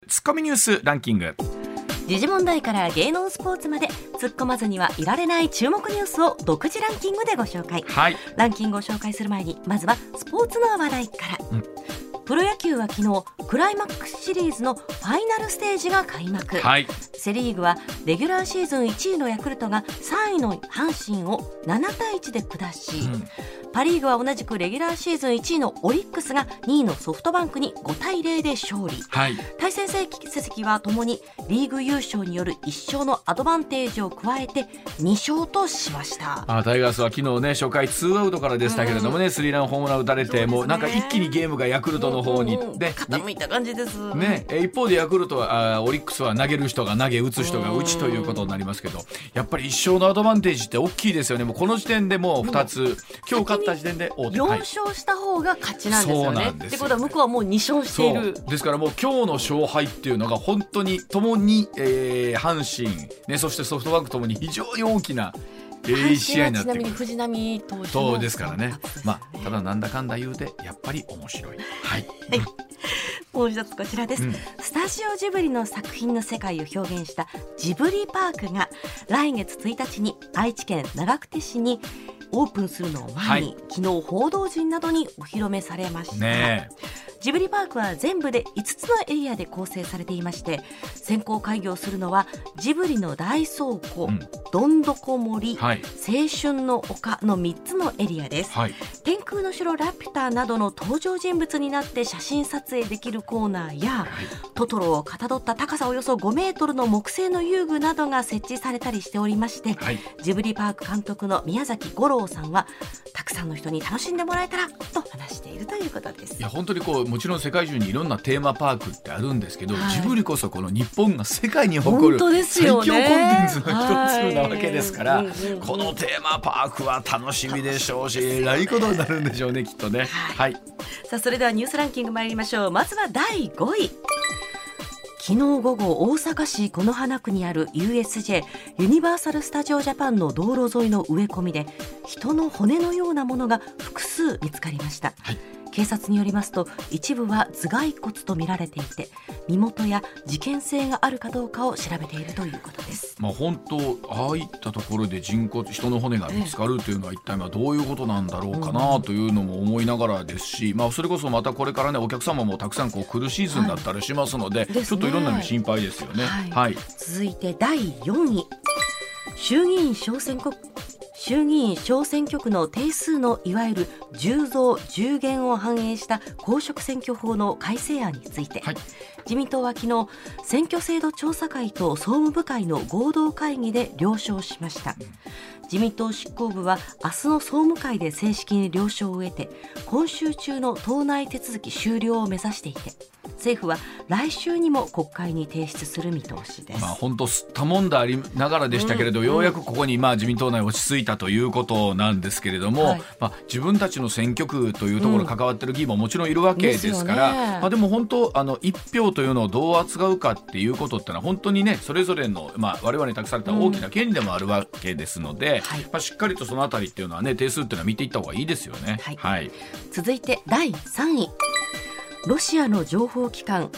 ツッコミニュースランキング。 時事問題から芸能スポーツまで突っ込まずにはいられない注目ニュースを独自ランキングでご紹介、 はい、 ランキングを紹介する前にまずはスポーツの話題から、プロ野球は昨日クライマックスシリーズのファイナルステージが開幕、 はい、 セリーグはレギュラーシーズン1位のヤクルトが3位の阪神を7対1で下し、パリーグは同じくレギュラーシーズン1位のオリックスが2位のソフトバンクに5対0で勝利、 はい、 対戦成績はともにリーグ優勝による1勝のアドバンテージを加えて2勝としました。 タイガースは昨日ね初回2アウトからでしたけれどもね、スリーランホームラン打たれて、もうなんか一気にゲームがヤクルトの方に、 傾いた感じです、 一方でヤクルトはオリックスは投げる人が投げ打つ人が打ちということになりますけど、やっぱり1勝のアドバンテージって大きいですよね。もうこの時点でもう2つ、今日勝った時点で 4勝した方が勝ちなんですよね。 そうなんですよ。 ってことは向こうはもう2勝している。 ですからもう今日の勝敗っていうのが本当にともに、阪神、そしてソフトバンクともに非常に大きな、試合になってくる。 ちなみに藤浪投手もそうですからね。ただなんだかんだ言うてやっぱり面白い。はい、 もう一つこちらです、スタジオジブリの作品の世界を表現したジブリパークが来月1日に愛知県長久手市にオープンするのを前に、昨日報道陣などにお披露目されました、ジブリパークは全部で5つのエリアで構成されていまして、先行開業するのはジブリの大倉庫、どんどこ森、青春の丘の3つのエリアです、天空の城ラピュタなどの登場人物になって写真撮影できるコーナーや、トトロをかたどった高さおよそ5メートルの木製の遊具などが設置されたりしておりまして、ジブリパーク監督の宮崎吾郎さんはたくさんの人に楽しんでもらえたらと話しているということです。 いや本当にもちろん世界中にいろんなテーマパークってあるんですけど、ジブリこそこの日本が世界に誇る最強コンテンツの一つなわけですから、このテーマパークは楽しみでしょうし、えらいことになるんでしょうねきっとね。 さあそれではニュースランキング参りましょう。まずは第5位。昨日午後大阪市此花区にある USJ ユニバーサル・スタジオ・ジャパンの道路沿いの植え込みで人の骨のようなものが複数見つかりました、警察によりますと一部は頭蓋骨とみられていて、身元や事件性があるかどうかを調べているということです。 本当ああいったところで人の骨が見つかるというのは一体どういうことなんだろうかなというのも思いながらですし、それこそまたこれからねお客様もたくさん来るシーズンだったりしますので、ちょっといろんな意味心配ですよね。 続いて第4位。衆議院小選挙区の定数のいわゆる10増10減を反映した公職選挙法の改正案について、自民党は昨日選挙制度調査会と総務部会の合同会議で了承しました、自民党執行部は明日の総務会で正式に了承を得て今週中の党内手続き終了を目指していて、政府は来週にも国会に提出する見通しです。 本当吸ったもんだありながらでしたけれど、ようやくここに自民党内落ち着いたということなんですけれども、自分たちの選挙区というところに関わっている議員ももちろんいるわけですから、でも本当一票というのをどう扱うかっていうことってのは本当にねそれぞれの、我々に託された大きな権利でもあるわけですので、しっかりとそのあたりっていうのはね定数っていうのは見ていった方がいいですよね。 続いて第3位。ロシアの情報機関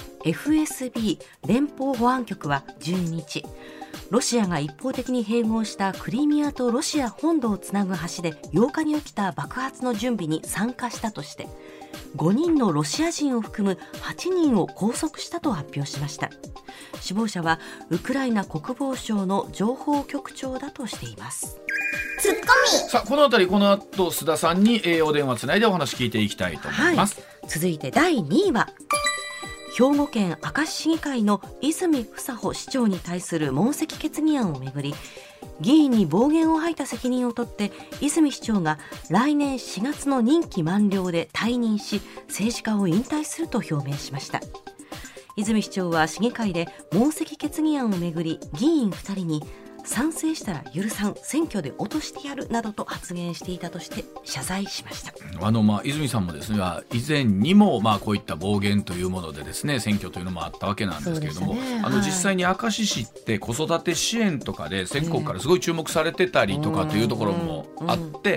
FSB 連邦保安局は12日、ロシアが一方的に併合したクリミアとロシア本土をつなぐ橋で8日に起きた爆発の準備に参加したとして5人のロシア人を含む8人を拘束したと発表しました。死亡者はウクライナ国防省の情報局長だとしています。 ツッコミ。 さあこのあたりこの後須田さんにお電話つないでお話聞いていきたいと思います。 続いて第2位は兵庫県明石市議会の泉房穂市長に対する問責決議案をめぐり、議員に暴言を吐いた責任を取って泉市長が来年4月の任期満了で退任し政治家を引退すると表明しました。泉市長は市議会で問責決議案をめぐり議員2人に賛成したら許さん、選挙で落としてやるなどと発言していたとして謝罪しました。 泉さんもですね、以前にもこういった暴言というものでですね、選挙というのもあったわけなんですけれども、実際に明石市って子育て支援とかで全国からすごい注目されてたりとかというところもあって、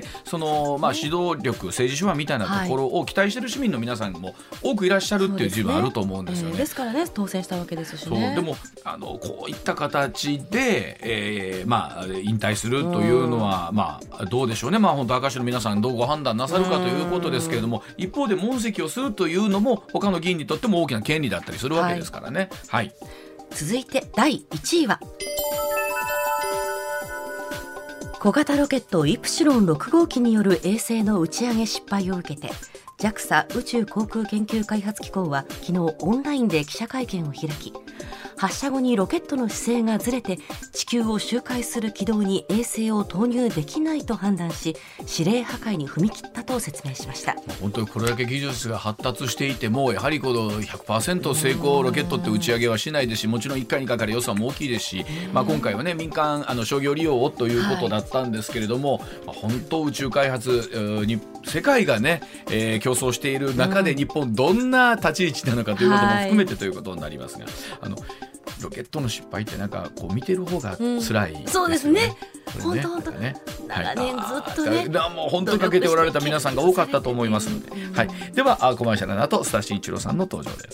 その指導力、政治手腕みたいなところを期待している市民の皆さんも多くいらっしゃるっていう自分あると思うんですよね。 ですからね、当選したわけですしね。 でもこういった形で、引退するというのは、どうでしょうね。本当明石の皆さんどうご判断なさるかということですけれども、一方で問責をするというのも他の議員にとっても大きな権利だったりするわけですからね。 続いて第1位は、小型ロケットイプシロン6号機による衛星の打ち上げ失敗を受けて、 JAXA 宇宙航空研究開発機構は昨日オンラインで記者会見を開き、発射後にロケットの姿勢がずれて地球を周回する軌道に衛星を投入できないと判断し、指令破壊に踏み切ったと説明しました。 本当にこれだけ技術が発達していても、やはりこの 100% 成功ロケットって打ち上げはしないですし、もちろん1回にかかる予算も大きいですし、今回はね、民間商業利用をということだったんですけれども、本当宇宙開発に世界がね、競争している中で日本どんな立ち位置なのかということも含めてということになりますが、ロケットの失敗ってこう見てる方が辛いですよね。 そうですね。本当長年ずっとね、 もう本当にかけておられた皆さんが多かったと思いますので、ではコマーシャルの後、須田慎一郎さんの登場です。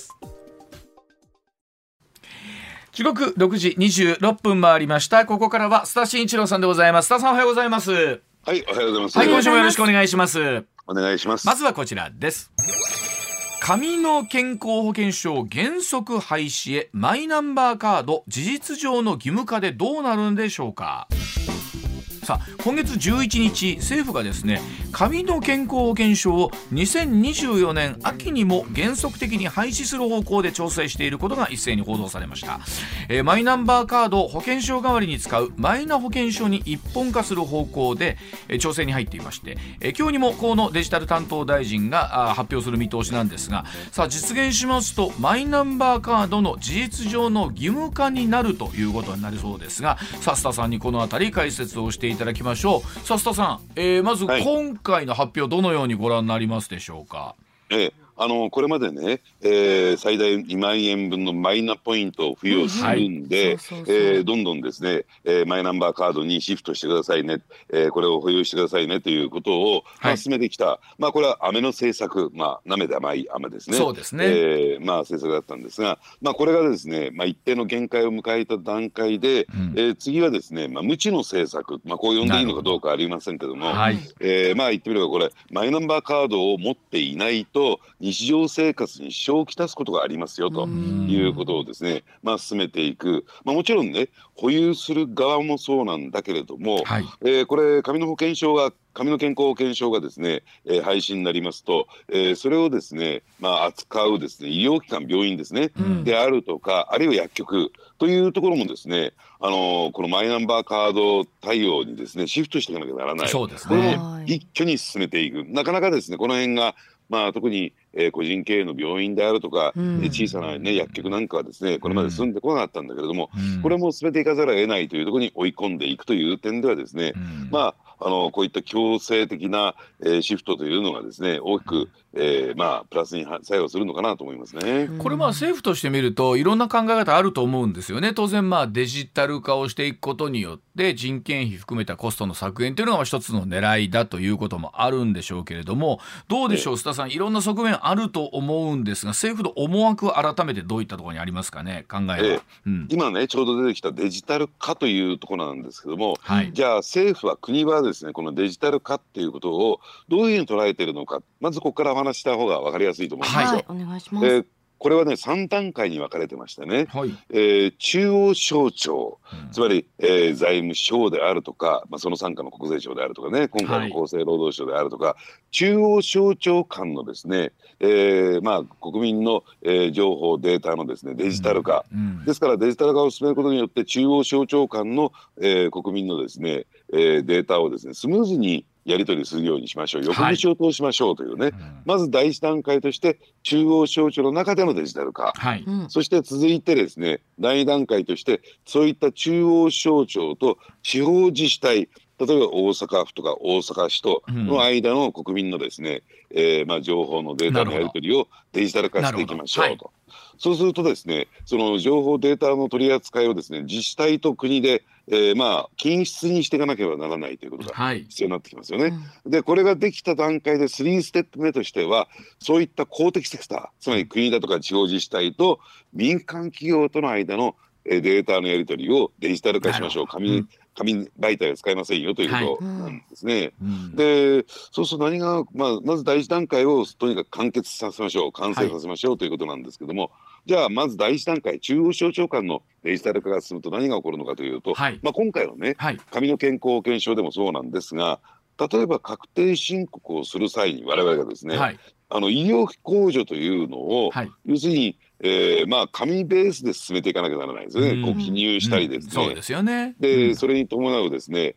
時刻6時26分回りました。ここからは須田慎一郎さんでございます。須田さん、おはようございます。 はい、おはようございます。 今週もよろしくお願いします。 お願いします。 まずはこちらです。紙の健康保険証原則廃止へ、マイナンバーカード事実上の義務化でどうなるんでしょうか。今月11日、政府がですね、紙の健康保険証を2024年秋にも原則的に廃止する方向で調整していることが一斉に報道されました。マイナンバーカードを保険証代わりに使うマイナ保険証に一本化する方向で調整に入っていまして、今日にも河野デジタル担当大臣が発表する見通しなんですが、実現しますとマイナンバーカードの事実上の義務化になるということになりそうですが、須田さんにこのあたり解説をしていただきましょう。須田さん、まず今回の発表、どのようにご覧になりますでしょうか。 これまでね、最大2万円分のマイナポイントを付与するんで、どんどんですね、マイナンバーカードにシフトしてくださいね、これを保有してくださいねということを、進めてきた、これはアメの政策、なめで甘いアメですね。 そうですね。 政策だったんですが、これがですね、一定の限界を迎えた段階で、次はですね、無知の政策、こう呼んでいいのかどうかありませんけども、言ってみればこれマイナンバーカードを持っていないと日常生活に支障をきたすことがありますよということをですね、進めていく。もちろんね、保有する側もそうなんだけれども、これ紙の健康保険証がですね、廃止になりますと、それをですね、扱うですね、医療機関、病院ですね、であるとか、あるいは薬局というところもですね、このマイナンバーカード対応にですね、シフトしていかなきゃならない。 そうですね。これも一挙に進めていく。なかなかですね、この辺が特に、個人経営の病院であるとか、小さな、薬局なんかはですね、これまで進んでこなかったんだけれども、これも進めていかざるを得ないというところに追い込んでいくという点ではですね、こういった強制的な、シフトというのがですね、大きく、プラスに作用するのかなと思いますね。 これ政府として見るといろんな考え方あると思うんですよね。当然デジタル化をしていくことによって人件費含めたコストの削減というのが一つの狙いだということもあるんでしょうけれども、どうでしょう、須田さん、いろんな側面あると思うんですが、政府の思惑は改めてどういったところにありますかね、考えは。 今ね、ちょうど出てきたデジタル化というところなんですけども、じゃあ政府は、国はですね、このデジタル化っていうことをどういうふうに捉えているのか、まずここからお話した方が分かりやすいと思いますよ。 お願いします。 これはね、3段階に分かれてましてね、中央省庁、つまり、財務省であるとか、その傘下の国税庁であるとかね、今回の厚生労働省であるとか、中央省庁間のですね、国民の、情報データのですね、デジタル化、ですからデジタル化を進めることによって中央省庁間の、国民のですね、データをですね、スムーズにやり取りするようにしましょう、横口を通しましょうというね、まず第一段階として中央省庁の中でのデジタル化、そして続いてですね第二段階としてそういった中央省庁と地方自治体、例えば大阪府とか大阪市との間の国民のですね、情報のデータのやり取りをデジタル化していきましょうと。そうするとですね、その情報データの取り扱いをですね自治体と国で、均質にしていかなければならないということが必要になってきますよね。でこれができた段階で3ステップ目としてはそういった公的セクター、つまり国だとか地方自治体と民間企業との間のデータのやり取りをデジタル化しましょう、紙媒体は使えませんよということなんですね。でそうすると何が、まず第一段階をとにかく完結させましょう、完成させましょうということなんですけども、じゃあまず第一段階中央省庁間のデジタル化が進むと何が起こるのかというと、今回のね、紙の健康保険証でもそうなんですが、例えば確定申告をする際に我々がですね、医療費控除というのを、要するに紙ベースで進めていかなきゃならないですよね。こう記入したりですね。 そうですよね。 で、それに伴うですね、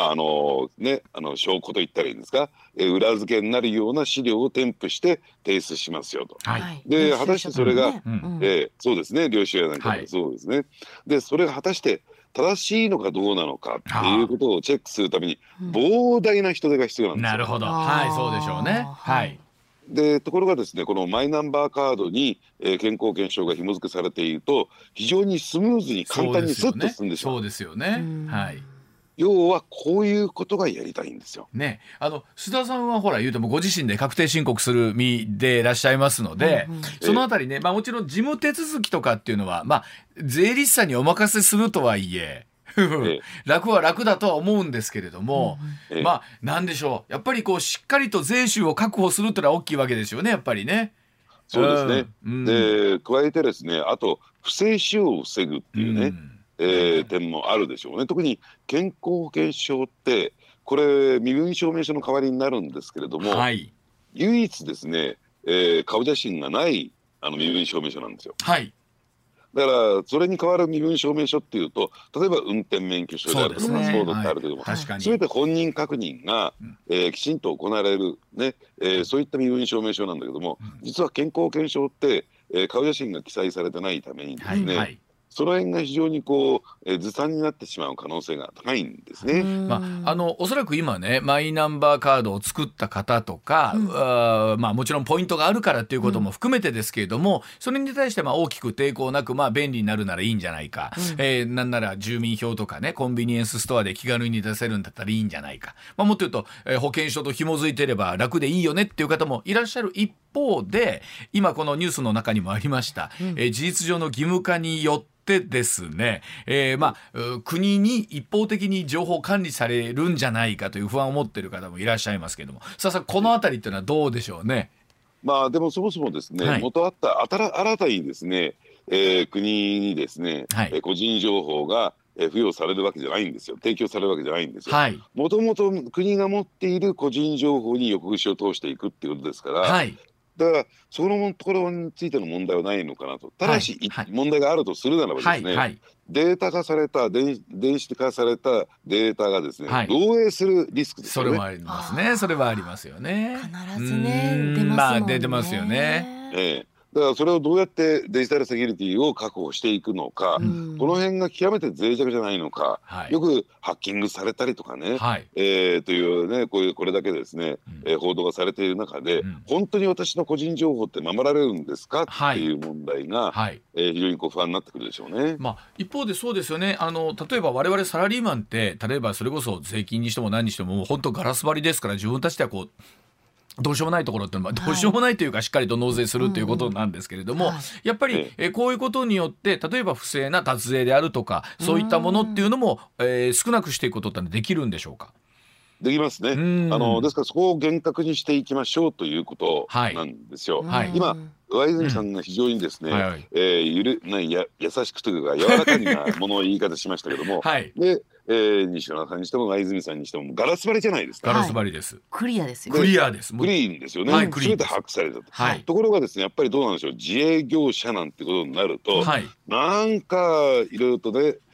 証拠と言ったらいいんですか、裏付けになるような資料を添付して提出しますよと。で、果たしてそれが、そうですね、領収書やなんかもそうですね。で、それが果たして正しいのかどうなのかっていうことをチェックするために膨大な人手が必要なんですよ。 なるほど。そうでしょうね。 でところがですね、このマイナンバーカードに、健康保険証が紐付けされていると非常にスムーズに簡単にスッと進んでしまう。 そうですよね。 要はこういうことがやりたいんですよ。 ね、須田さんはほら言うてもご自身で確定申告する身でいらっしゃいますので、そのあたりね、もちろん事務手続きとかっていうのは税理士さんにお任せするとはいえ楽は楽だとは思うんですけれども、なんでしょう、やっぱりこうしっかりと税収を確保するってのは大きいわけですよね、やっぱりね。 そうですね。で加えてですね、あと不正使用を防ぐっていうね、点もあるでしょうね。特に健康保険証ってこれ身分証明書の代わりになるんですけれども、唯一ですね、顔写真がない身分証明書なんですよ。だからそれに代わる身分証明書っていうと、例えば運転免許証であるとかパスポートってあるけども、全て本人確認が、きちんと行われる、ねそういった身分証明書なんだけども、実は健康保険証って、顔写真が記載されてないためにですね、その辺が非常にずさんになってしまう可能性が高いんですね。 おそらく今ねマイナンバーカードを作った方とか、もちろんポイントがあるからっていうことも含めてですけれども、それに対して大きく抵抗なく便利になるならいいんじゃないか、なんなら住民票とかねコンビニエンスストアで気軽に出せるんだったらいいんじゃないか、もっと言うと、保険証と紐づいてれば楽でいいよねっていう方もいらっしゃる一方で、今このニュースの中にもありました、事実上の義務化によってですね、国に一方的に情報管理されるんじゃないかという不安を持っている方もいらっしゃいますけれども、さあこのあたりっていうのはどうでしょうね。 でもそもそもですね、元あった新たにですね、国にですね、個人情報が付与されるわけじゃないんですよ。提供されるわけじゃないんですよ。もともと国が持っている個人情報に横串を通していくっていうことですから、だからそのところについての問題はないのかなと。ただし、問題があるとするならばですね、データ化された電子化されたデータがですね、漏洩するリスクですよね。 それもありますね。それはありますよね。 必ずね出ますもんね。 出てますよね。 だからそれをどうやってデジタルセキュリティを確保していくのか、この辺が極めて脆弱じゃないのか、よくハッキングされたりとかね、というねこれだけですね、報道がされている中で、本当に私の個人情報って守られるんですかっていう問題が、非常に不安になってくるでしょうね。 一方でそうですよね、例えば我々サラリーマンって例えばそれこそ税金にしても何にしても本当ガラス張りですから、自分たちではどうしようもないところっていうのはどうしようもないというかしっかりと納税するということなんですけれども、やっぱりこういうことによって例えば不正な脱税であるとかそういったものっていうのも少なくしていくことってできるんでしょうか。 できますね。ですからそこを厳格にしていきましょうということなんですよ。今上泉さんが非常にですね、優しくというか柔らかなものを言い方しましたけども、で西村さんにしても上泉さんにしてもガラス張りじゃないですか。 ガラス張りです。 クリアですよ。 クリアです。 クリーンですよね。全て把握されたと。ところがですね、やっぱりどうなんでしょう、自営業者なんてことになると、なんかいろいろとね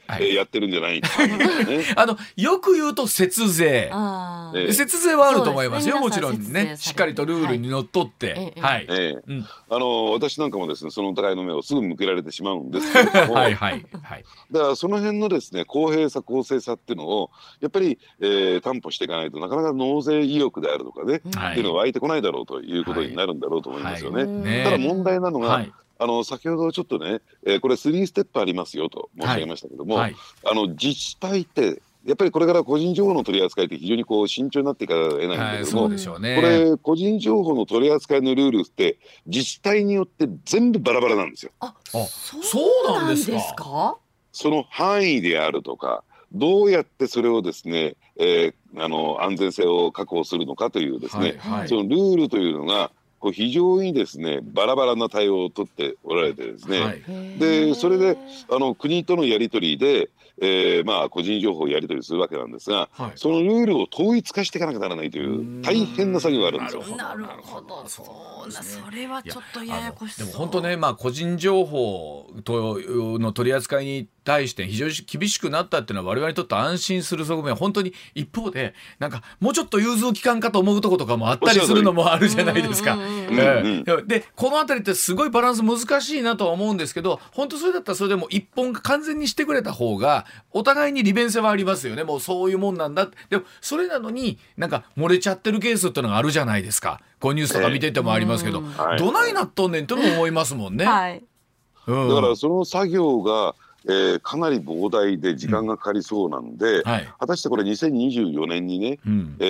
やってるんじゃないかと、ね、 よく言うと節税、節税はあると思いますよ、もちろんね、しっかりとルールにのっとって、 私なんかもですねその疑いの目をすぐ向けられてしまうんですけれどもだからその辺のですね公平さ公正さっていうのをやっぱり、担保していかないとなかなか納税意欲であるとかね、っていうのが湧いてこないだろうということになるんだろうと思いますよね。ただ問題なのが、先ほどちょっとね、これ3ステップありますよと申し上げましたけども、自治体ってやっぱりこれから個人情報の取り扱いって非常にこう慎重になっていかなきゃ得ないんだけども、これ個人情報の取り扱いのルールって自治体によって全部バラバラなんですよ。 そうなんですか。 その範囲であるとかどうやってそれをですね、安全性を確保するのかというですね、そのルールというのがこう非常にですねバラバラな対応を取っておられてですね、でそれで国とのやり取りで、個人情報をやり取りするわけなんですが、そのルールを統一化していかなきゃならないという大変な作業があるんですよ。 なるほど、それはちょっとややこしそう。 でも本当ね、個人情報の取り扱いに対して非常に厳しくなったっていうのは我々にとって安心する側面は本当に一方でなんかもうちょっと融通きかんかと思うところとかもあったりするのもあるじゃないですか。でこのあたりってすごいバランス難しいなとは思うんですけど、本当それだったらそれでも一本完全にしてくれた方がお互いに利便性はありますよね。もうそういうもんなんだ。でもそれなのになんか漏れちゃってるケースっていうのがあるじゃないですか。こうニュースとか見ててもありますけど、どないなっとんねんとも思いますもんね。だからその作業がかなり膨大で時間がかかりそうなんで、果たしてこれ2024年にね、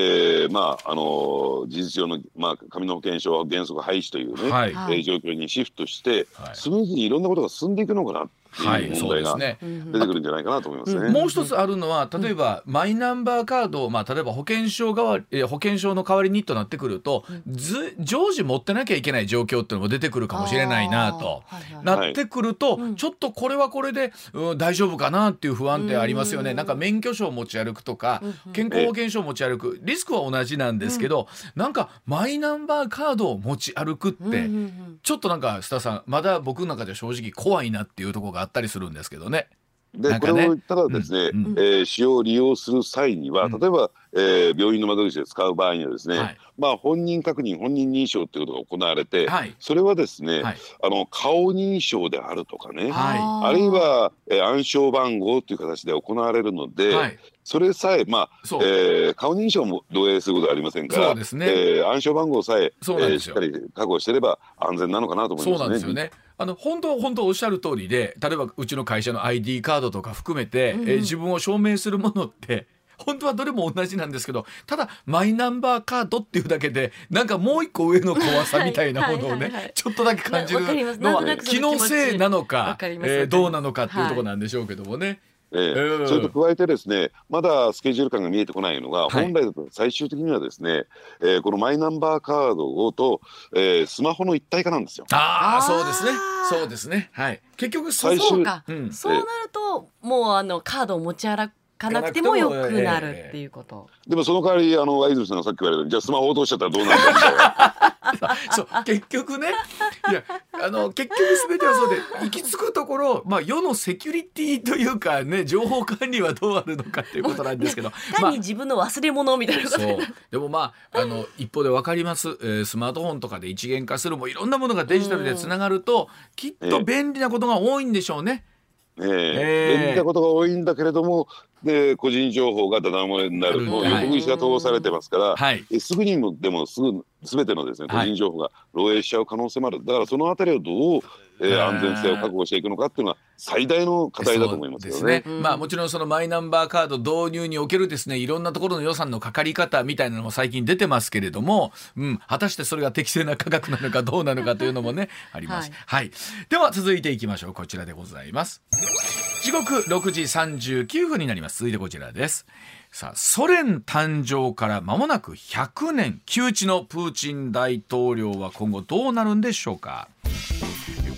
事実上の、紙の保険証は原則廃止というね、状況にシフトして、スムーズにいろんなことが進んでいくのかなっていう問題が出てくるんじゃないかなと思いますね。 もう一つあるのは例えば、マイナンバーカードを、例えば保険証の代わりにとなってくると常時持ってなきゃいけない状況っていうのも出てくるかもしれないなとなってくると、ちょっとこれはこれで、大丈夫かなっていう不安ってありますよね。なんか免許証を持ち歩くとか、健康保険証を持ち歩くリスクは同じなんですけど、なんかマイナンバーカードを持ち歩くって、ちょっとなんか須田さんまだ僕の中では正直怖いなっていうところがあったりするんですけどね。 でこれを言ったらですね、使用利用する際には、例えば、病院の窓口で使う場合にはですね、本人確認本人認証ということが行われて、それはですね、顔認証であるとかね、あるいは、暗証番号という形で行われるので、それさえ、顔認証も漏洩することはありませんから、暗証番号さえしっかり確保していれば安全なのかなと思いますね。 そうなんですよね。本当おっしゃる通りで、例えばうちの会社の ID カードとか含めて、自分を証明するものって本当はどれも同じなんですけど、ただマイナンバーカードっていうだけでなんかもう一個上の怖さみたいなものをねちょっとだけ感じるのは気のせいなのか、どうなのかっていうところなんでしょうけどもね。 それと加えてですね、まだスケジュール感が見えてこないのが、本来だと最終的にはですね、このマイナンバーカードと、スマホの一体化なんですよ。 そうですね。結局そうか、そうなるともうカードを持ち歩かなくてもよくなるっていうこと。 でもその代わり相泉さんがさっき言われたじゃあスマホ落としちゃったらどうなるんだみたいなそう結局ね、結局全てはそうで行き着くところ、世のセキュリティというかね、情報管理はどうあるのかっていうことなんですけど、 単に自分の忘れ物みたいなことになる。 でも一方で分かります、スマートフォンとかで一元化するもいろんなものがデジタルでつながると、きっと便利なことが多いんでしょうね。 便利なことが多いんだけれども、個人情報がダダ漏れになると横串が通されてますから、すぐにもでも全てのですね個人情報が漏洩しちゃう可能性もある。だからそのあたりをどう安全性を確保していくのかっていうのは最大の課題だと思いますよね。 もちろんそのマイナンバーカード導入におけるですね、いろんなところの予算のかかり方みたいなのも最近出てますけれども、果たしてそれが適正な価格なのかどうなのかというのもねあります。では続いていきましょう。こちらでございます。時刻6時39分になります。続いてこちらです。さあ、ソ連誕生から間もなく100年、旧知のプーチン大統領は今後どうなるんでしょうか。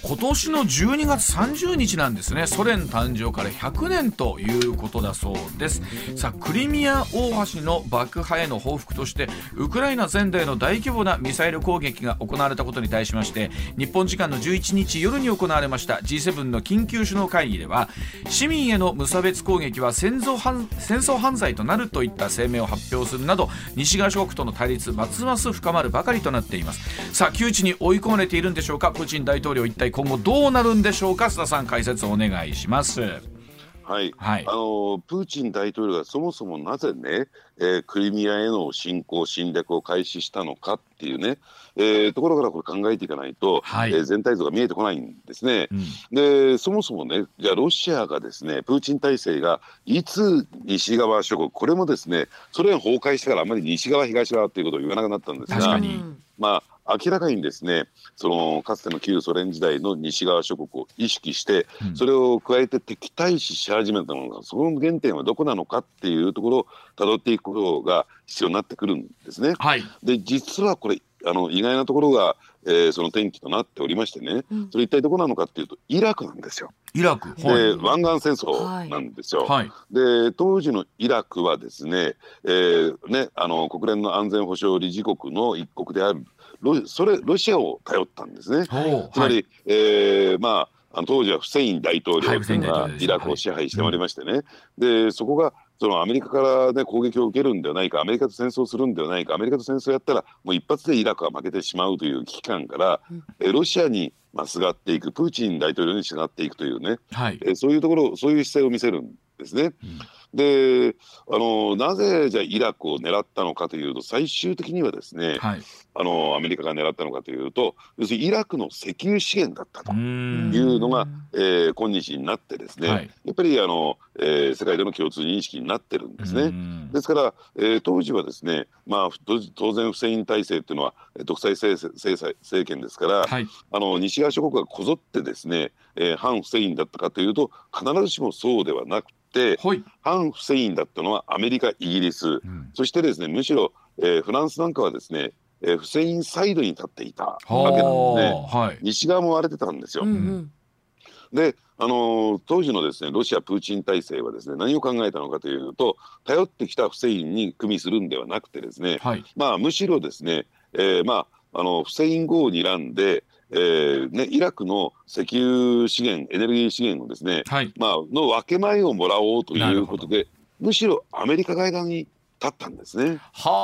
今年の12月30日なんですね。ソ連誕生から100年ということだそうです。さあ、クリミア大橋の爆破への報復としてウクライナ全土への大規模なミサイル攻撃が行われたことに対しまして、日本時間の11日夜に行われました G7 の緊急首脳会議では、市民への無差別攻撃は戦争犯罪となるといった声明を発表するなど、西側諸国との対立ますます深まるばかりとなっています。さあ、窮地に追い込まれているんでしょうか。プーチン大統領、一体今後どうなるんでしょうか。須田さん、解説お願いします。 はい、プーチン大統領がそもそもなぜね、クリミアへの侵攻侵略を開始したのかっていうね、ところからこれ考えていかないと、全体像が見えてこないんですね、でそもそもね、じゃあロシアがですね、プーチン体制がいつ西側諸国、これもですね、ソ連崩壊してからあまり西側東側っていうことを言わなくなったんですが、 確かに、 明らかにですね、かつての旧ソ連時代の西側諸国を意識して、それを加えて敵対視し始めたのが、その原点はどこなのかっていうところをたどっていくことが必要になってくるんですね。で実はこれ意外なところが、その転機となっておりましてね、それ一体どこなのかっていうとイラクなんですよ。 イラク、 で湾岸戦争なんですよ。で当時のイラクはですね、国連の安全保障理事国の一国であるロシアを頼ったんですね。つまり、当時はフセイン大統領というのがイラクを支配しておりましてね、でそこがアメリカから、ね、攻撃を受けるんではないか、アメリカと戦争するんではないか、アメリカと戦争やったらもう一発でイラクは負けてしまうという危機感から、ロシアにすがっていく、プーチン大統領にすがっていくというね、そういうところ、そういう姿勢を見せるんですね。でなぜじゃあイラクを狙ったのかというと、最終的にはですね、アメリカが狙ったのかというと、要するにイラクの石油資源だったというのが、今日になってですね、やっぱり世界での共通認識になってるんですね。ですから、当時はですね、当然フセイン体制っていうのは独裁政権ですから、西側諸国がこぞってですね、反フセインだったかというと必ずしもそうではなくて、反フセインだったのはアメリカ、イギリス、そしてですね、むしろ、フランスなんかはですね、フセインサイドに立っていたわけなんですね。西側も割れてたんですよ。で当時のですね、ロシアプーチン体制はですね、何を考えたのかというと、頼ってきたフセインに組みするんではなくてですね、むしろですね、フセイン語を睨んで、イラクの石油資源、エネルギー資源をですね、の分け前をもらおうということで、むしろアメリカ側に立ったんですね。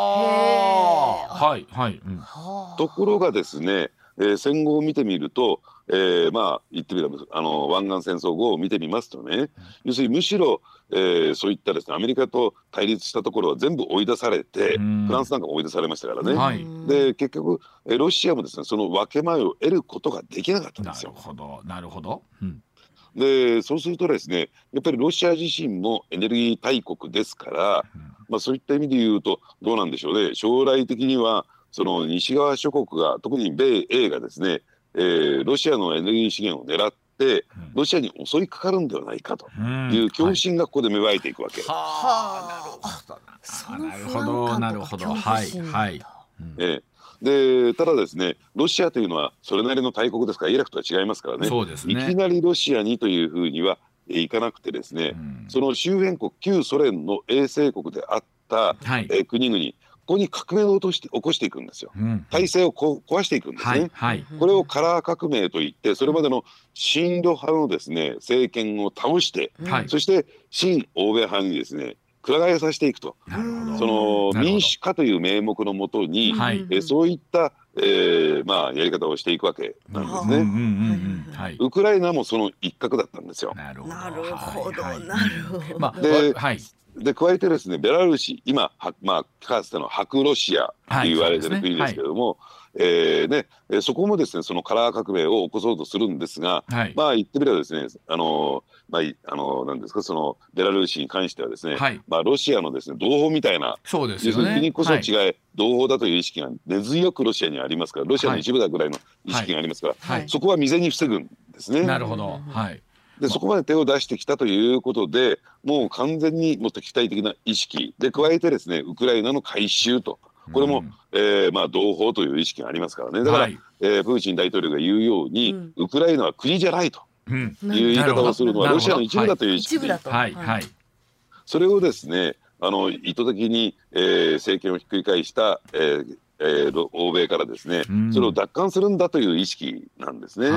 ところがですね、戦後を見てみると、言ってみれば湾岸戦争後を見てみますとね、要するにむしろ、そういったですね、アメリカと対立したところは全部追い出されて、フランスなんかも追い出されましたからね、で結局ロシアもですね、その分け前を得ることができなかったんですよ。 なるほど。 でそうするとですね、やっぱりロシア自身もエネルギー大国ですから、そういった意味で言うとどうなんでしょうね、将来的にはその西側諸国が、特に米英がですね、ロシアのエネルギー資源を狙ってロシアに襲いかかるんではないかという恐怖心がここで芽生えていくわけ。 なるほど。 でただですね、ロシアというのはそれなりの大国ですから、イラクとは違いますからね、いきなりロシアにというふうにはいかなくてですね、その周辺国、旧ソ連の衛星国であった、国々、ここに革命を起こしていくんですよ。体制を壊していくんですね。これをカラー革命といって、それまでの親ロ派のですね、政権を倒して、そして親欧米派にですね、くら替えさせていくと、その民主化という名目のもとに、そういった、やり方をしていくわけなんですね。ウクライナもその一角だったんですよ。 なるほど。 で加えてですね、ベラルーシ、今かつての白ロシアと言われてる国ですけれども、そこもですね、そのカラー革命を起こそうとするんですが、言ってみればですね、なんですか、そのベラルーシに関してはですね、ロシアのですね、同胞みたいな、要するに国こそ違い、同胞だという意識が根強くロシアにありますから、ロシアの一部だぐらいの意識がありますから、そこは未然に防ぐんですね。 なるほど。 でそこまで手を出してきたということで、もう完全に敵対的な意識で、加えてですね、ウクライナの改宗とこれも、同胞という意識がありますからね。だから、プーチン大統領が言うように、ウクライナは国じゃないという言い方をするのはロシアの一部だという意識で、それをですね意図的に、政権をひっくり返した、欧米からですね、それを奪還するんだという意識なんですね。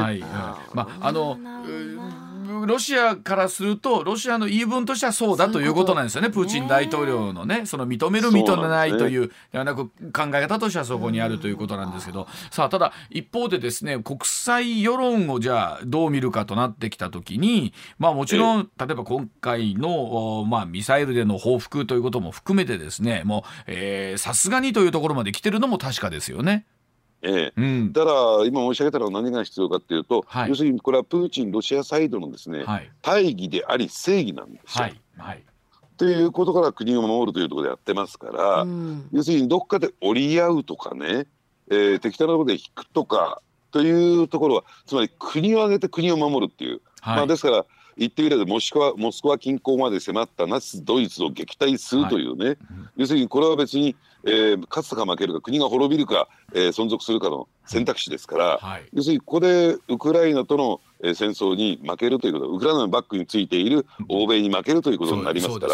ロシアからするとロシアの言い分としてはそうだということなんですよね。プーチン大統領のねその認める認めないというではなく考え方としてはそこにあるということなんですけど、さあただ一方でですね国際世論をじゃあどう見るかとなってきたときに、もちろん例えば今回の、ミサイルでの報復ということも含めてですねもうさすがにというところまで来てるのも確かですよね。 ただ今申し上げたのは何が必要かというと、要するにこれはプーチンロシアサイドのですね、大義であり正義なんですよ。ということから国を守るというところでやってますから、要するにどっかで折り合うとかね、適当なところで引くとかというところはつまり国を挙げて国を守るっていう、ですから言ってみればモスクワ近郊まで迫ったナチスドイツを撃退するというね、要するにこれは別に、勝つか負けるか国が滅びるか、存続するかの選択肢ですから、要するにここでウクライナとの戦争に負けるということはウクライナのバックについている欧米に負けるということになりますから、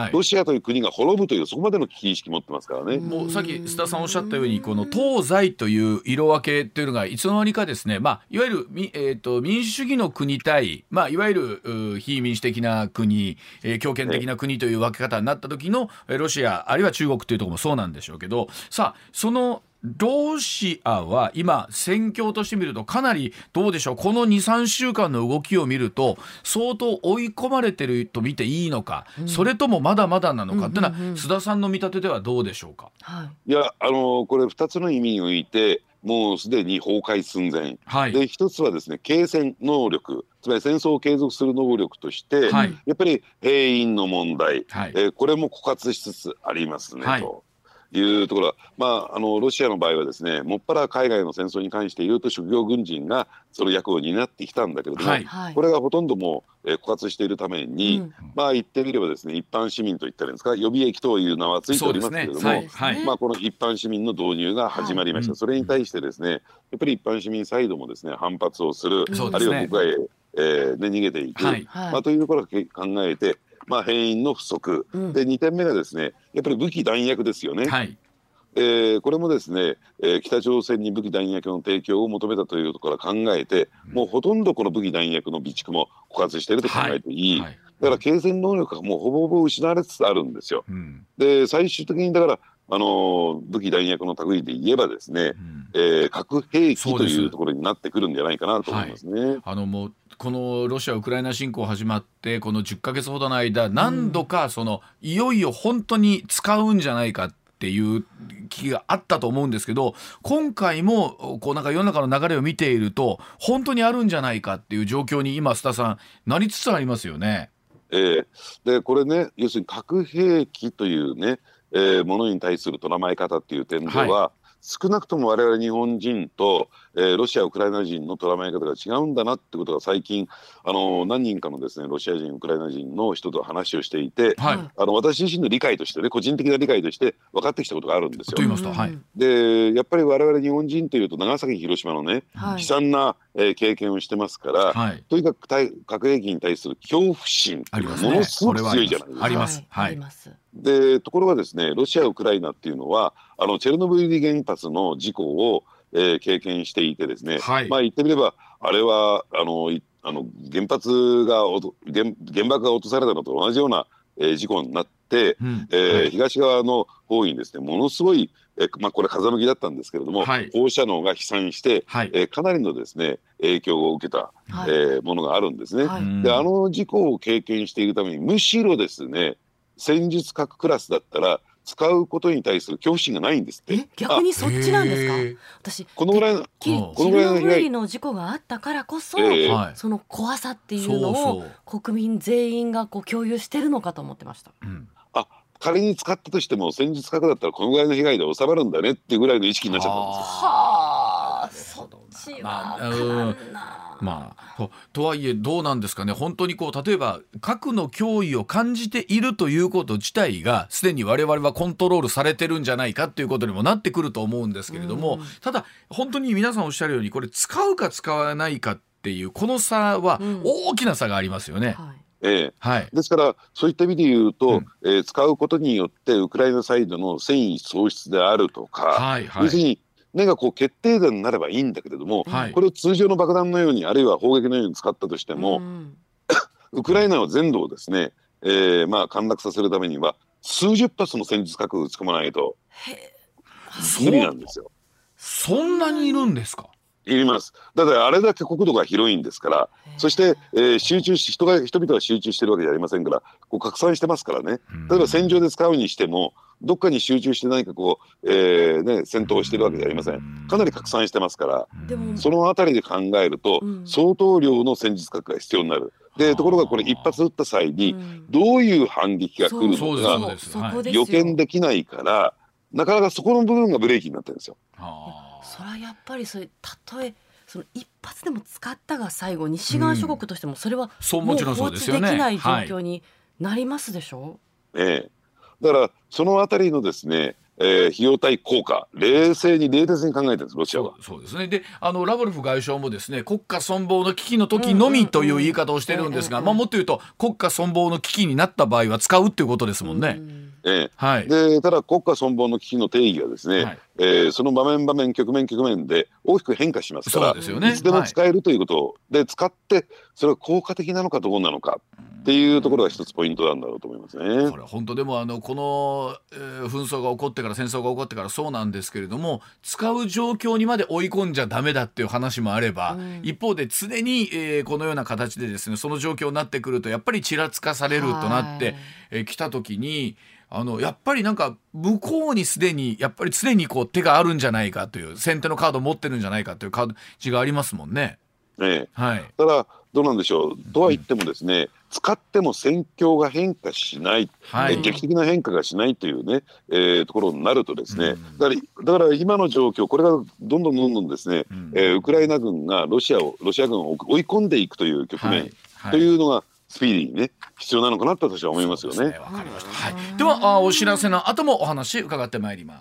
ロシアという国が滅ぶというそこまでの危機意識持ってますからね。 もうさっき須田さんおっしゃったようにこの東西という色分けというのがいつの間にかですね、いわゆる民主主義の国対、いわゆる非民主的な国、強権的な国という分け方になった時のロシアあるいは中国というところもそうなんでしょうけど、さあそのロシアは今戦況として見るとかなりどうでしょう、この 2,3 週間の動きを見ると相当追い込まれてると見ていいのか、それともまだまだなのかっていうのは、須田さんの見立てではどうでしょうか。 いやこれ2つの意味においてもうすでに崩壊寸前、で一つはですね継戦能力、つまり戦争を継続する能力として、やっぱり兵員の問題、これも枯渇しつつありますね、というところは、ロシアの場合はですねもっぱら海外の戦争に関して言うと職業軍人がその役を担ってきたんだけれども、これがほとんどもう枯渇しているために、言ってみればですね一般市民といったらいいんですか、予備役という名はついておりますけれども、この一般市民の導入が始まりました。それに対してですねやっぱり一般市民サイドもですね反発をする、あるいは国外へ、逃げていく、というところを考えて兵員の不足、で2点目がですねやっぱり武器弾薬ですよね。これもですね、北朝鮮に武器弾薬の提供を求めたというところから考えて、もうほとんどこの武器弾薬の備蓄も枯渇していると考えていい、だから継戦能力がもうほぼほぼ失われつつあるんですよ。で最終的にだから武器弾薬の類で言えばですね、核兵器というところになってくるんじゃないかなと思いますね。 もうこのロシア・ウクライナ侵攻始まってこの10ヶ月ほどの間何度かいよいよ本当に使うんじゃないかっていう気があったと思うんですけど、今回もなんか世の中の流れを見ていると本当にあるんじゃないかっていう状況に今須田さんなりつつありますよね。 でこれね要するに核兵器というね、ものに対する捉まえ方っていう点では、少なくとも我々日本人と、ロシア・ウクライナ人の捉まえ方が違うんだなってことが最近何人かのですねロシア人ウクライナ人の人と話をしていて、私自身の理解としてね個人的な理解として分かってきたことがあるんですよ。 と言いますと、 でやっぱり我々日本人というと長崎広島のね、悲惨な、経験をしてますから、とにかく核兵器に対する恐怖心がものすごく強いじゃないですか。 あります。 でところがですねロシア・ウクライナっていうのはチェルノブイリ原発の事故を、経験していてですね、言ってみればあれは原爆が落とされたのと同じような、事故になって、東側の方にですねものすごい、これ風向きだったんですけれども、放射能が飛散して、かなりのですね影響を受けた、ものがあるんですね。で事故を経験しているためにむしろですね戦術核クラスだったら使うことに対する恐怖心がないんですって。 逆にそっちなんですか。私このぐらいのチェルノブイリの事故があったからこそ、その怖さっていうのを国民全員が共有してるのかと思ってました。 仮に使ったとしても戦術核だったらこのぐらいの被害で収まるんだねっていうぐらいの意識になっちゃったんですよ。 そっちは分からんな。 とはいえどうなんですかね。本当に例えば核の脅威を感じているということ自体がすでに我々はコントロールされてるんじゃないかっていうことにもなってくると思うんですけれども、ただ本当に皆さんおっしゃるようにこれ使うか使わないかっていうこの差は大きな差がありますよね。 ですからそういった意味で言うと、使うことによってウクライナサイドの戦意喪失であるとか、要するに何か決定打になればいいんだけれども、これを通常の爆弾のようにあるいは砲撃のように使ったとしても、ウクライナは全土をですね、陥落させるためには数十発の戦術核を撃ち込まないと無理なんですよ。 そんなにいるんですか？ いります。だからあれだけ国土が広いんですから、そして、人々が集中してるわけじゃありませんから、拡散してますからね。例えば戦場で使うにしてもどっかに集中して何か戦闘をしてるわけじゃありません。かなり拡散してますから、そのあたりで考えると、相当量の戦術核が必要になる。ところがこれ一発撃った際にどういう反撃が来るのか予見できないから、なかなかそこの部分がブレーキになってるんですよ。 それはやっぱりたとえその一発でも使ったが最後、西側諸国としてもそれはもう放置できない状況になりますでしょう。 だからそのあたりのですね、費用対効果冷静に冷徹に考えてるんですロシアは。 そうですね。でラブロフ外相もですね、国家存亡の危機の時のみという言い方をしてるんですが、もっと言うと国家存亡の危機になった場合は使うっていうことですもんね。 でただ国家存亡の危機の定義はですね、その場面場面局面で大きく変化しますから、いつでも使えるということで使ってそれが効果的なのかどうなのかっていうところが一つポイントなんだろうと思いますね。 これ本当でもこの、紛争が起こってから戦争が起こってからそうなんですけれども、使う状況にまで追い込んじゃダメだっていう話もあれば、一方で常に、このような形でですねその状況になってくるとやっぱりちらつかされるとなってきた時にやっぱりなんか向こうにすでにやっぱり常に手があるんじゃないかという先手のカードを持ってるんじゃないかという感じがありますもんね。 ただどうなんでしょう。とは言ってもですね、使っても戦況が変化しない、劇的な変化がしないというね、ところになるとですね、だから今の状況これがどんどんですね、ウクライナ軍がロシア軍を追い込んでいくという局面、というのがスピーディーにね必要なのかなと私は思いますよね。 わかりました。ではお知らせの後もお話伺ってまいります。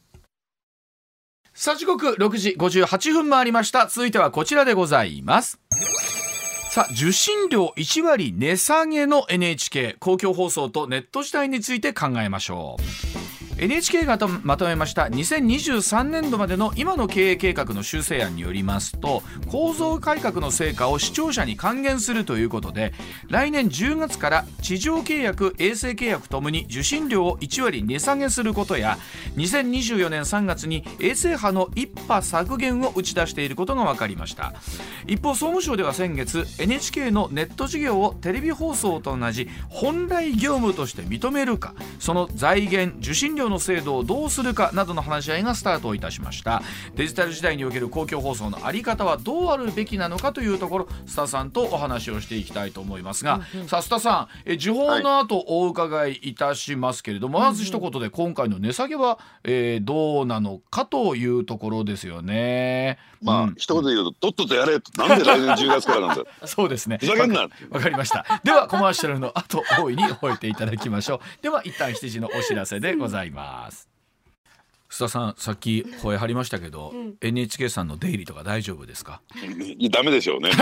さあ時刻6時58分回りました。続いてはこちらでございます。さあ受信料1割値下げの NHK 公共放送とネット時代について考えましょう。NHK がまとめました2023年度までの今の経営計画の修正案によりますと、構造改革の成果を視聴者に還元するということで、来年10月から地上契約衛星契約ともに受信料を1割値下げすることや、2024年3月に衛星波の1波削減を打ち出していることが分かりました。一方総務省では先月 NHK のネット事業をテレビ放送と同じ本来業務として認めるか、その財源受信料の制度をどうするかなどの話し合いがスタートいたしました。デジタル時代における公共放送のあり方はどうあるべきなのかというところ、須田さんとお話をしていきたいと思いますが、さあ須田さん、時報の後お伺いいたしますけれども、まず一言で今回の値下げは、どうなのかというところですよね。 一言で言うととっととやれと、なんで来年10月からなんだそうですね、 ふざけんな。 わかりました。ではコマーシャルの後大いに覚えていただきましょう。では一旦7時のお知らせでございます。須田さんさっき声張りましたけど、NHK さんの出入りとか大丈夫ですか？ ダメでしょうね。 出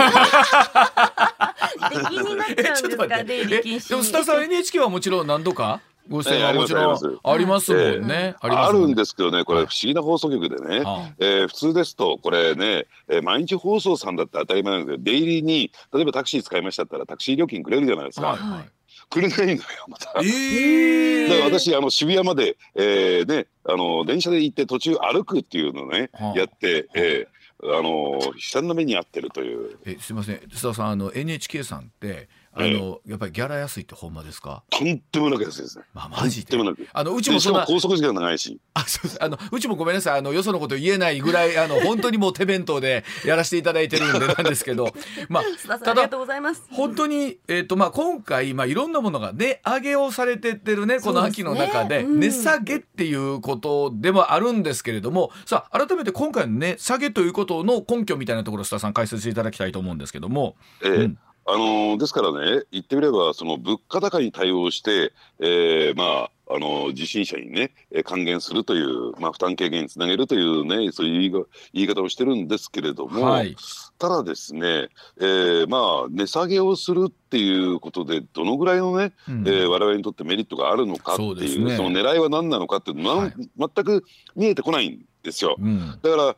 禁になっちゃうんですか？出入り禁止。 でも須田さん NHK はもちろん何度かご出演はもちろんありますもんね。 あるんですけどね、これ不思議な放送局でね、普通ですとこれね、毎日放送さんだって当たり前なんですけど、出入りに例えばタクシー使いましたったらタクシー料金くれるじゃないですか。くれないのよまた。だから私渋谷まで、電車で行って途中歩くっていうのをね、やって、悲惨な目に遭ってるという。 すいません須田さん、NHK さんってやっぱりギャラ安いってほんまですか？ とんでもなく安いですね。 マジで。 とんでもなく。 うちもそんな高速時間長いし。 そうです。うちもごめんなさい、よそのこと言えないぐらい本当にもう手弁当でやらせていただいてるんでなんですけど須田さんありがとうございます。 本当に、今回、いろんなものが値上げをされてってるね、この秋の中で値下げっていうことでもあるんですけれども、さあ改めて今回の値下げということの根拠みたいなところ、須田さん解説していただきたいと思うんですけども。 ですからね、言ってみればその物価高に対応して、受信者にね還元するという、負担軽減につなげるというね、そういう言い方をしてるんですけれども、ただですね、値下げをするっていうことでどのぐらいのね、我々にとってメリットがあるのかっていう、その狙いは何なのかっていうのは、全く見えてこないんですよ。だから、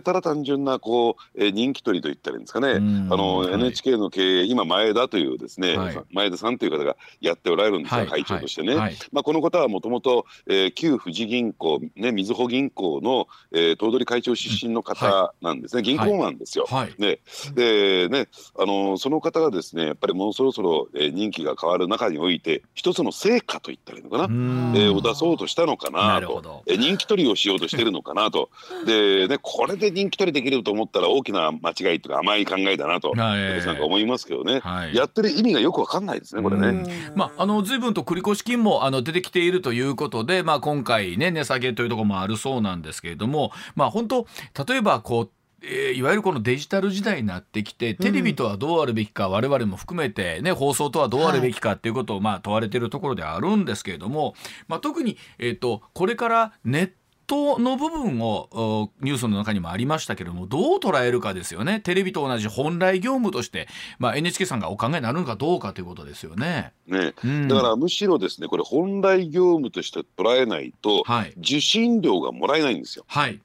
ただ単純な人気取りといったらいいんですかね、NHK の経営、今前田というですね、前田さんという方がやっておられるんですが、会長としてね、この方はもともと旧富士銀行、みずほ銀行の頭取会長出身の方なんですね。銀行マンですよ。でね、その方がですね、やっぱりもうそろそろ任期が変わる中において一つの成果といったらいいのかな、を出そうとしたのかなと、人気取りをしようとしてるのかなと。でね、これで人気取りできると思ったら大きな間違いというか甘い考えだなと、なんか思いますけどね、やってる意味がよくわかんないですね、これね。 随分と繰越金も出てきているということで、今回ね値下げというところもあるそうなんですけれども、本当例えばいわゆるこのデジタル時代になってきて、テレビとはどうあるべきか、我々も含めて、ね、放送とはどうあるべきかっていうことを問われているところであるんですけれども、特に、これからネットの部分をニュースの中にもありましたけれども、どう捉えるかですよね。テレビと同じ本来業務として、NHK さんがお考えになるのかどうかということですよね。だからむしろですね、これ本来業務として捉えないと、受信料がもらえないんですよ。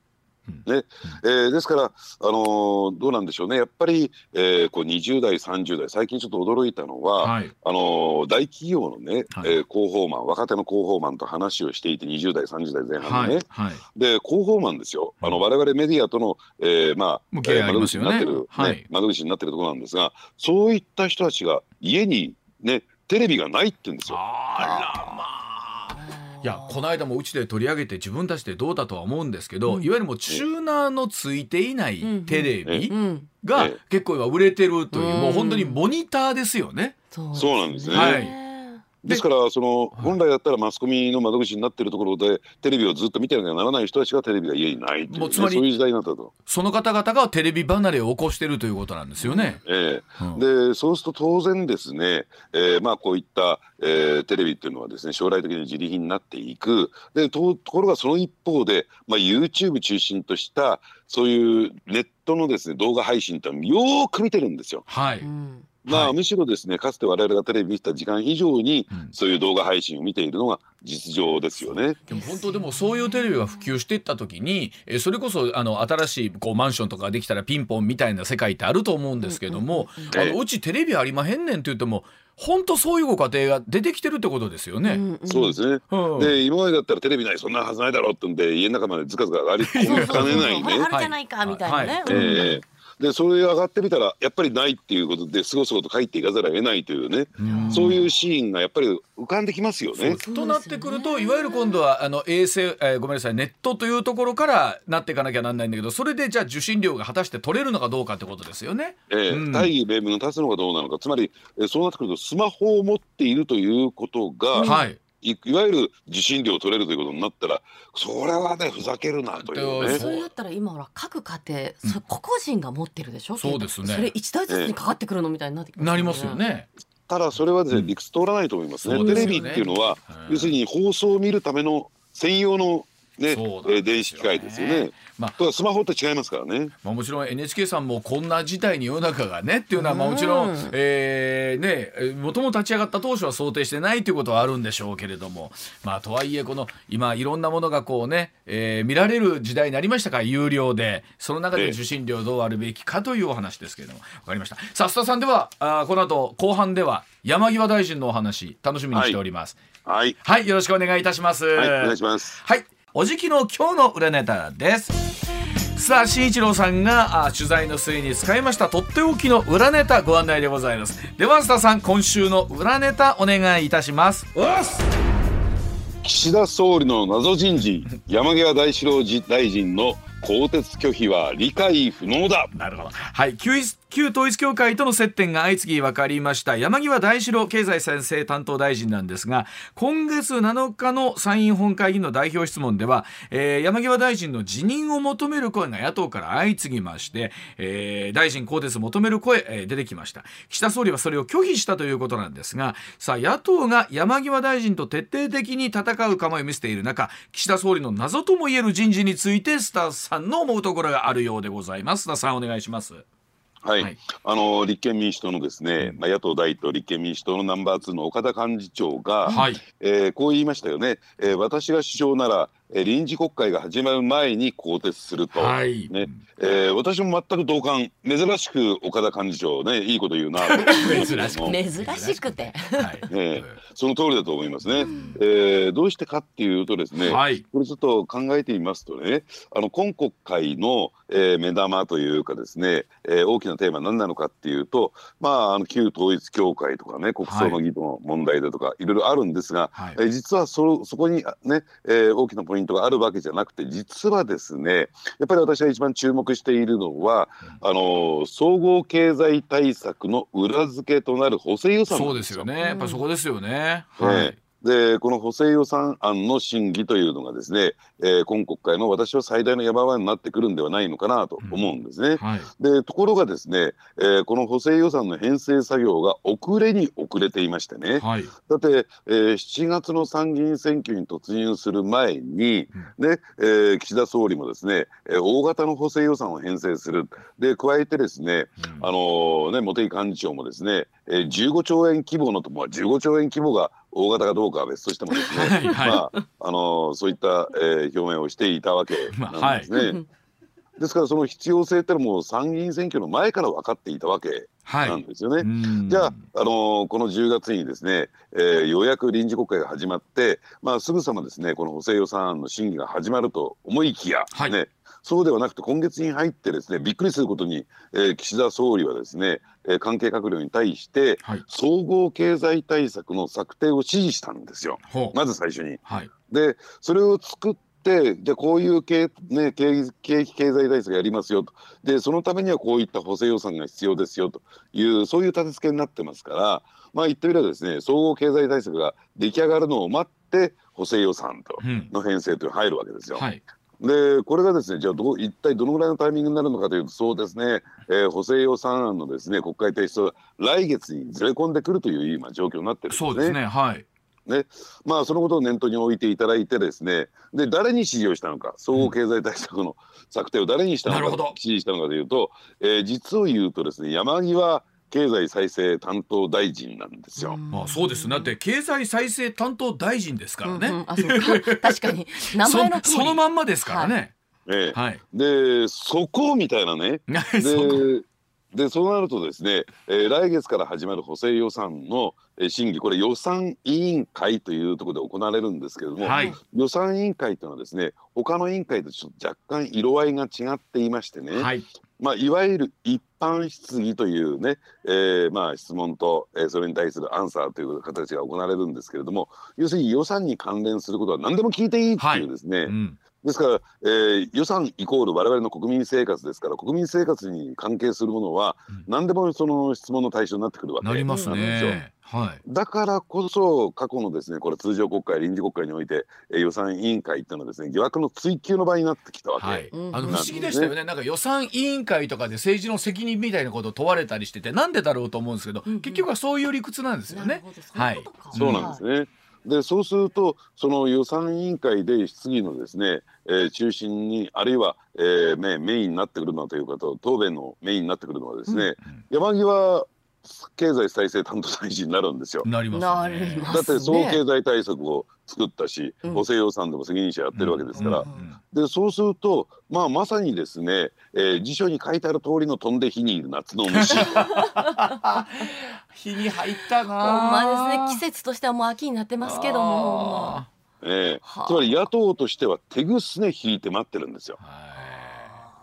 ですから、どうなんでしょうね、やっぱり、20代30代最近ちょっと驚いたのは、大企業のね、広報マン、若手の広報マンと話をしていて、20代30代前半でね、で広報マンですよ、我々メディアとの、窓口になってる、窓口になってるところなんですが、そういった人たちが家にねテレビがないって言うんですよ。 いや、この間もうちで取り上げて自分たちでどうだとは思うんですけど、いわゆるもうチューナーのついていないテレビが結構今売れてるという、もう本当にモニターですよね。 そうなんですね。ですから本来だったらマスコミの窓口になっているところでテレビをずっと見てなきゃならない人たちがテレビが家にないという、つまりそういう時代になったと。 その方々がテレビ離れを起こしているということなんですよね。 でそうすると当然ですね、こういった、テレビっていうのはですね、将来的に自利品になっていく。でところがその一方で、YouTube 中心としたそういうネットのですね動画配信ってのはよーく見てるんですよ。むしろですね、かつて我々がテレビ見た時間以上に、そういう動画配信を見ているのが実情ですよね。 でも本当、でもそういうテレビが普及していった時に、それこそ新しいマンションとかできたらピンポンみたいな世界ってあると思うんですけども、うちテレビありまへんねんって言っても本当そういうご家庭が出てきてるってことですよね。 そうですね。で今までだったらテレビない、そんなはずないだろうってんで家の中までずかずか上がり込みかねないね。 あるじゃないかみたいなね。 でそれ上がってみたらやっぱりないっていうことですごすごと帰っていかざるを得ないというね、そういうシーンがやっぱり浮かんできますよね。 となってくると、いわゆる今度は衛星、ごめんなさい、ネットというところからなっていかなきゃなんないんだけど、それでじゃあ受信料が果たして取れるのかどうかってことですよね。 大義名分が立つのかどうなのか、つまり、そうなってくるとスマホを持っているということが、いわゆる受信料を取れるということになったら、それはねふざけるなというね。 それだったら今ほら各家庭、それ個々人が持ってるでしょ。 そうですね。 それ一台ずつにかかってくるのみたいになってきますよね。 なりますよね。 ただそれはですね、理屈通らないと思いますね。テレビっていうのは、要するに放送を見るための専用のね、電子機械ですよね。スマホって違いますからね。 もちろん NHK さんもこんな事態に世の中がねっていうのはもちろんもともと立ち上がった当初は想定してないということはあるんでしょうけれども、とはいえこの今いろんなものが見られる時代になりましたから、有料でその中で受信料どうあるべきかというお話ですけれども、分かりました。さあ須田さん、ではこの後後半では山際大臣のお話楽しみにしております。はい、よろしくお願いいたします。 お願いします。 おじきの今日の裏ネタです。 さあ新一郎さんが取材の末に使いましたとっておきの裏ネタご案内でございます。では須田さん、今週の裏ネタお願いいたします。 岸田総理の謎人事、山際大志郎大臣の更迭拒否は理解不能だ。 なるほど。はい、旧統一教会との接点が相次ぎ分かりました山際大志郎経済再生担当大臣なんですが、今月7日の参院本会議の代表質問では、山際大臣の辞任を求める声が野党から相次ぎまして、大臣更迭を求める声、出てきました。岸田総理はそれを拒否したということなんですが、さあ野党が山際大臣と徹底的に戦う構えを見せている中、岸田総理の謎ともいえる人事について須田さんの思うところがあるようでございます。須田さん、お願いします。 はい、立憲民主党のですね、野党第一党立憲民主党のナンバー2の岡田幹事長が、こう言いましたよね。私が首相なら臨時国会が始まる前に更迭すると、私も全く同感。珍しく岡田幹事長ね、いいこと言うな珍しくてその通りだと思いますね。どうしてかっていうとですね、これちょっと考えてみますとね、今国会の目玉というかですね、大きなテーマは何なのかっていうと、旧統一教会とかね、国葬の議論問題だとかいろいろあるんですが、実はそこにね、大きなポイントがあるわけじゃなくて、実はですね、やっぱり私が一番注目しているのは総合経済対策の裏付けとなる補正予算なんですよ。 そうですよね。やっぱそこですよね。 でこの補正予算案の審議というのがですね、今国会の私は最大の山場になってくるんではないのかなと思うんですね。でところがですね、この補正予算の編成作業が遅れに遅れていましてね、だって、7月の参議院選挙に突入する前に、岸田総理もですね、大型の補正予算を編成する。で加えてですね、茂木幹事長もですね、15兆円規模の15兆円規模が大型かどうかは別としてもですねそういった、表明をしていたわけなんですね。ですからその必要性ってのも参議院選挙の前から分かっていたわけなんですよね。じゃあ、この10月にですね、ようやく臨時国会が始まって、すぐさまですねこの補正予算案の審議が始まると思いきや、そうではなくて今月に入ってですね、びっくりすることに、岸田総理はですね、関係閣僚に対して、総合経済対策の策定を指示したんですよ、まず最初に。でそれを作って、じゃあこういう景気経済対策やりますよと。でそのためにはこういった補正予算が必要ですよという、そういう立て付けになってますから、言ってみればですね、総合経済対策が出来上がるのを待って補正予算の編成というのが入るわけですよ。でこれがですね、じゃあ一体どのぐらいのタイミングになるのかというと、そうですね、補正予算案のですね国会提出は来月にずれ込んでくるという今状況になってるんですね。 そうですね。 そのことを念頭に置いていただいてですね、で誰に指示をしたのか、総合経済対策の策定を誰にしたのか、指示したのかというと、実を言うとですね、山際経済再生担当大臣なんですよ。 そうですね。だって経済再生担当大臣ですからね。 確かに名前のそのまんまですからね。 でそこみたいなね。でそうなるとですね、来月から始まる補正予算の審議、これ予算委員会というところで行われるんですけれども、予算委員会というのはですね、他の委員会とちょっと若干色合いが違っていましてね、いわゆる一般質疑というね、質問と、それに対するアンサーという形が行われるんですけれども、要するに予算に関連することは何でも聞いていいっていうですね、ですから、予算イコール我々の国民生活ですから、国民生活に関係するものは何でもその質問の対象になってくるわけなんですよ。だからこそ過去のですね、これ通常国会臨時国会において、予算委員会っていうのはですね、疑惑の追及の場になってきたわけ不思議でしたよね。なんか予算委員会とかで政治の責任みたいなことを問われたりしてて、なんでだろうと思うんですけど、結局はそういう理屈なんですよね。 そうなんですね。でそうするとその予算委員会で質疑のですね、中心にあるいは、メインになってくるのはというかと、答弁のメインになってくるのはですね、山際経済再生担当大臣になるんですよ。 なりますね。 だって総合経済対策を作ったし、補正予算でも責任者やってるわけですから、でそうするとまさにですね、辞書に書いてある通りの飛んで火にいる夏の虫火に入ったな。 ほんまですね。季節としてはもう秋になってますけども、 つまり野党としては手ぐすね引いて待ってるんですよ。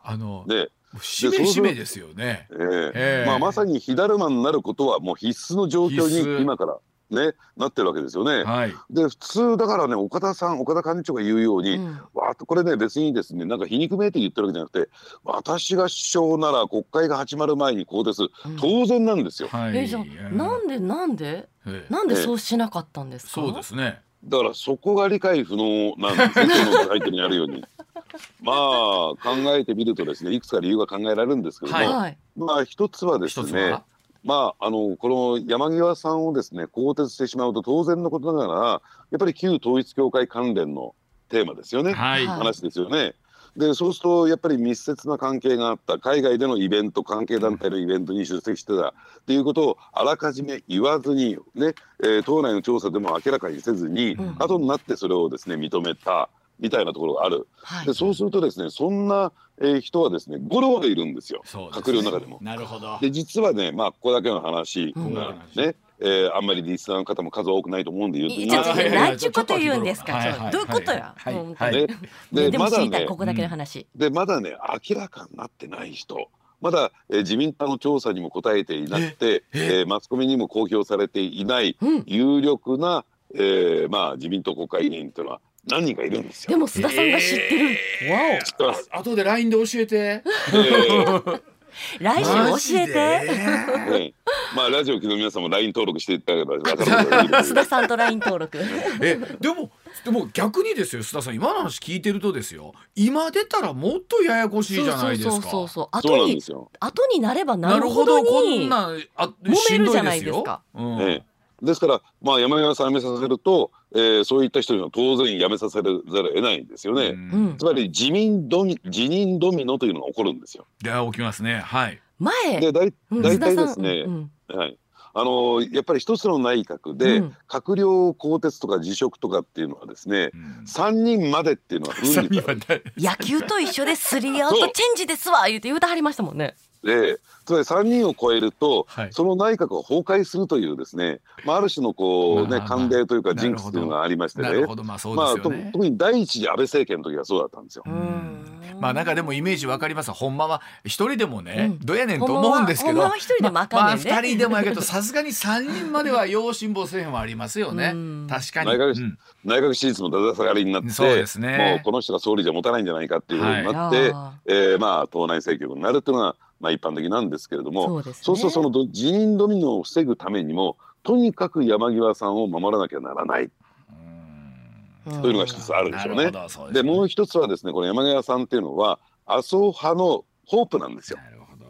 でしめしめですよね。 まさに火だるまになることはもう必須の状況に今からねなってるわけですよね。で普通だからね、岡田幹事長が言うように、これね別にですねなんか皮肉めいて言ってるわけじゃなくて、私が首相なら国会が始まる前に更迭する、当然なんですよ。 じゃあなんでそうしなかったんですか。 そうですね。 だからそこが理解不能なんですね。今日のタイトルにあるように。まあ考えてみるとですね、いくつか理由が考えられるんですけども、一つはですね、この山際さんをですね更迭してしまうと当然のことながらやっぱり旧統一教会関連のテーマですよね、話ですよね。でそうするとやっぱり密接な関係があった海外でのイベント、関係団体のイベントに出席してたっていうことをあらかじめ言わずにね、党内の調査でも明らかにせずに、後になってそれをですね認めたみたいなところがある。でそうするとですね、そんな人はですねゴロゴロいるんですよ、閣僚の中でも。 なるほど。 で実はねここだけの話がね、あんまりリスナーの方も数多くないと思うんで言うと、 何ちゅうこと言うんですか。どういうことや。でも知りたい、ここだけの話でまだね明らかになってない人、まだ自民党の調査にも答えていなくてマスコミにも公表されていない有力な自民党国会議員というのは何人かいるんですよ。 でも須田さんが知ってる。 後で LINE で教えて。 来週教えて。 ラジオ機の皆さんも LINE 登録していただければ分かることがいいです。 須田さんと LINE 登録。 でも逆にですよ、須田さん今の話聞いてるとですよ、今出たらもっとややこしいじゃないですか。 そう後になればなるほどこんな揉めるじゃないですか。 ですから山際さん辞めさせると、そういった人には当然辞めさせざるを得ないんですよね。つまり辞任ドミノというのが起こるんですよ。 起きますね。 前で大体ですね、やっぱり一つの内閣で閣僚更迭とか辞職とかっていうのはですね、3人までっていうのは野球と一緒で3アウトチェンジですわ言うてはりましたもんね。 つまり3人を超えると、その内閣が崩壊するというですね、ある種の慣例というかジンクスというのがありましてね、特に第一次安倍政権の時はそうだったんですよ。 なんかでもイメージわかります。ほんまは一人でもね、どやねんと思うんですけど、 一人でもあかんねんね。 2人でもやけどさすがに3人までは要辛抱せへんはありますよね。確かに内閣支持率もだだ下がりになって、もうこの人が総理じゃ持たないんじゃないかっていうふうになって、党内政局になるっていうのが一般的なんですけれども、そうするとその辞任ドミノを防ぐためにもとにかく山際さんを守らなきゃならないというのが一つあるでしょうね。でもう一つはですね、この山際さんっていうのは麻生派のホープなんですよ。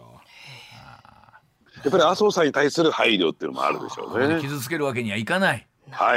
やっぱり麻生さんに対する配慮っていうのもあるでしょうね。 傷つけるわけにはいかない。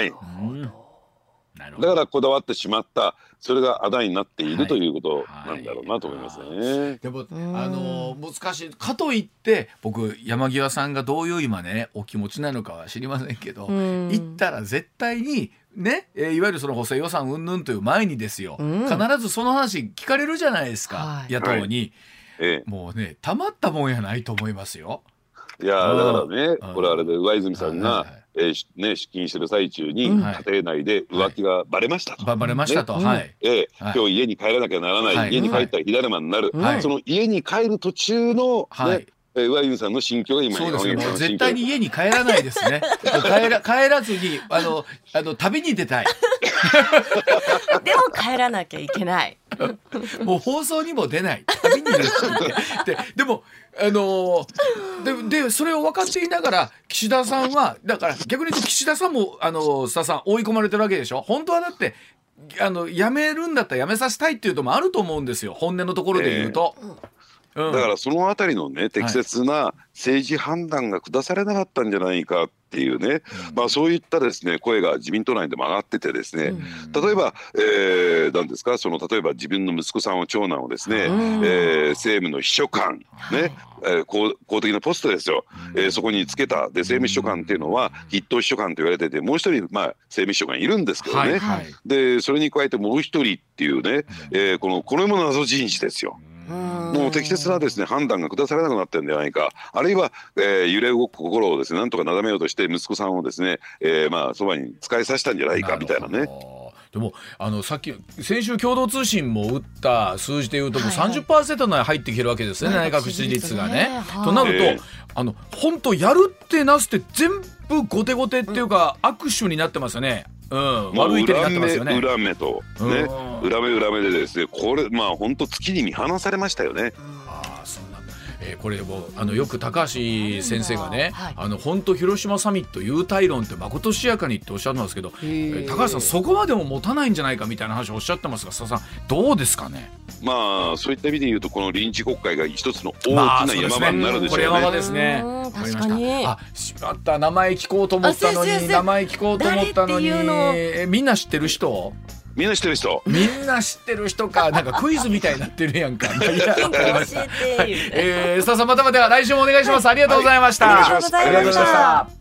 だからこだわってしまった、それがあだになっているということなんだろうなと思いますね。 でも難しいかといって僕山際さんがどういう今ねお気持ちなのかは知りませんけど、言ったら絶対にね、いわゆるその補正予算云々という前にですよ、必ずその話聞かれるじゃないですか、野党に。もうねたまったもんやないと思いますよ。 いやだからね、これあれで上泉さんが出勤してる最中に家庭内で浮気がバレましたと。 バレましたと。今日家に帰らなきゃならない、家に帰ったら火だるまになる、その家に帰る途中の上泉さんの心境が今そうですね。もう絶対に家に帰らないですね。帰らずに旅に出たい。 でも帰らなきゃいけない。 もう放送にも出ない。旅に出るってでもでそれを分かっていながら岸田さんはだから逆に言うと岸田さんも須田さん追い込まれてるわけでしょ。本当はだって辞めるんだったら辞めさせたいっていうのもあると思うんですよ、本音のところで言うと。 だからそのあたりのね適切な政治判断が下されなかったんじゃないかっていうね、そういったですね声が自民党内でも上がっててですね、例えば何ですか、例えば自分の息子さんを長男をですね政務の秘書官ね、公的なポストですよ、そこにつけた。で政務秘書官っていうのは筆頭秘書官と言われてて、もう一人政務秘書官いるんですけどね、でそれに加えてもう一人っていうね、これも謎人事ですよ。もう適切なですね判断が下されなくなってるんじゃないか、あるいは、揺れ動く心をですねなんとかなだめようとして息子さんをですねそばに使いさせたんじゃないかみたいなね。 でもさっき先週共同通信も打った数字でいうともう 30% 内入ってきてるわけですね、内閣支持率がね。となると本当やるってなすって全部後手後手っていうか、握手になってますよね。悪い手になってますよね。 裏目とね、裏目でですね、これ本当月に見放されましたよね。 これもよく高橋先生がね、本当広島サミット有対論ってまことしやかにっておっしゃってますけど、高橋さんそこまでも持たないんじゃないかみたいな話をおっしゃってますが、佐々さんどうですかね。 そういった意味で言うとこの臨時国会が一つの大きな山場になるでしょうね。 これ山場ですね。 確かに。 しまった、名前聞こうと思ったのにみんな知ってる人みんな知ってる人か、なんかクイズみたいになってるやんか。 教えて。 佐々さんまた来週もお願いします。ありがとうございました。 ありがとうございました。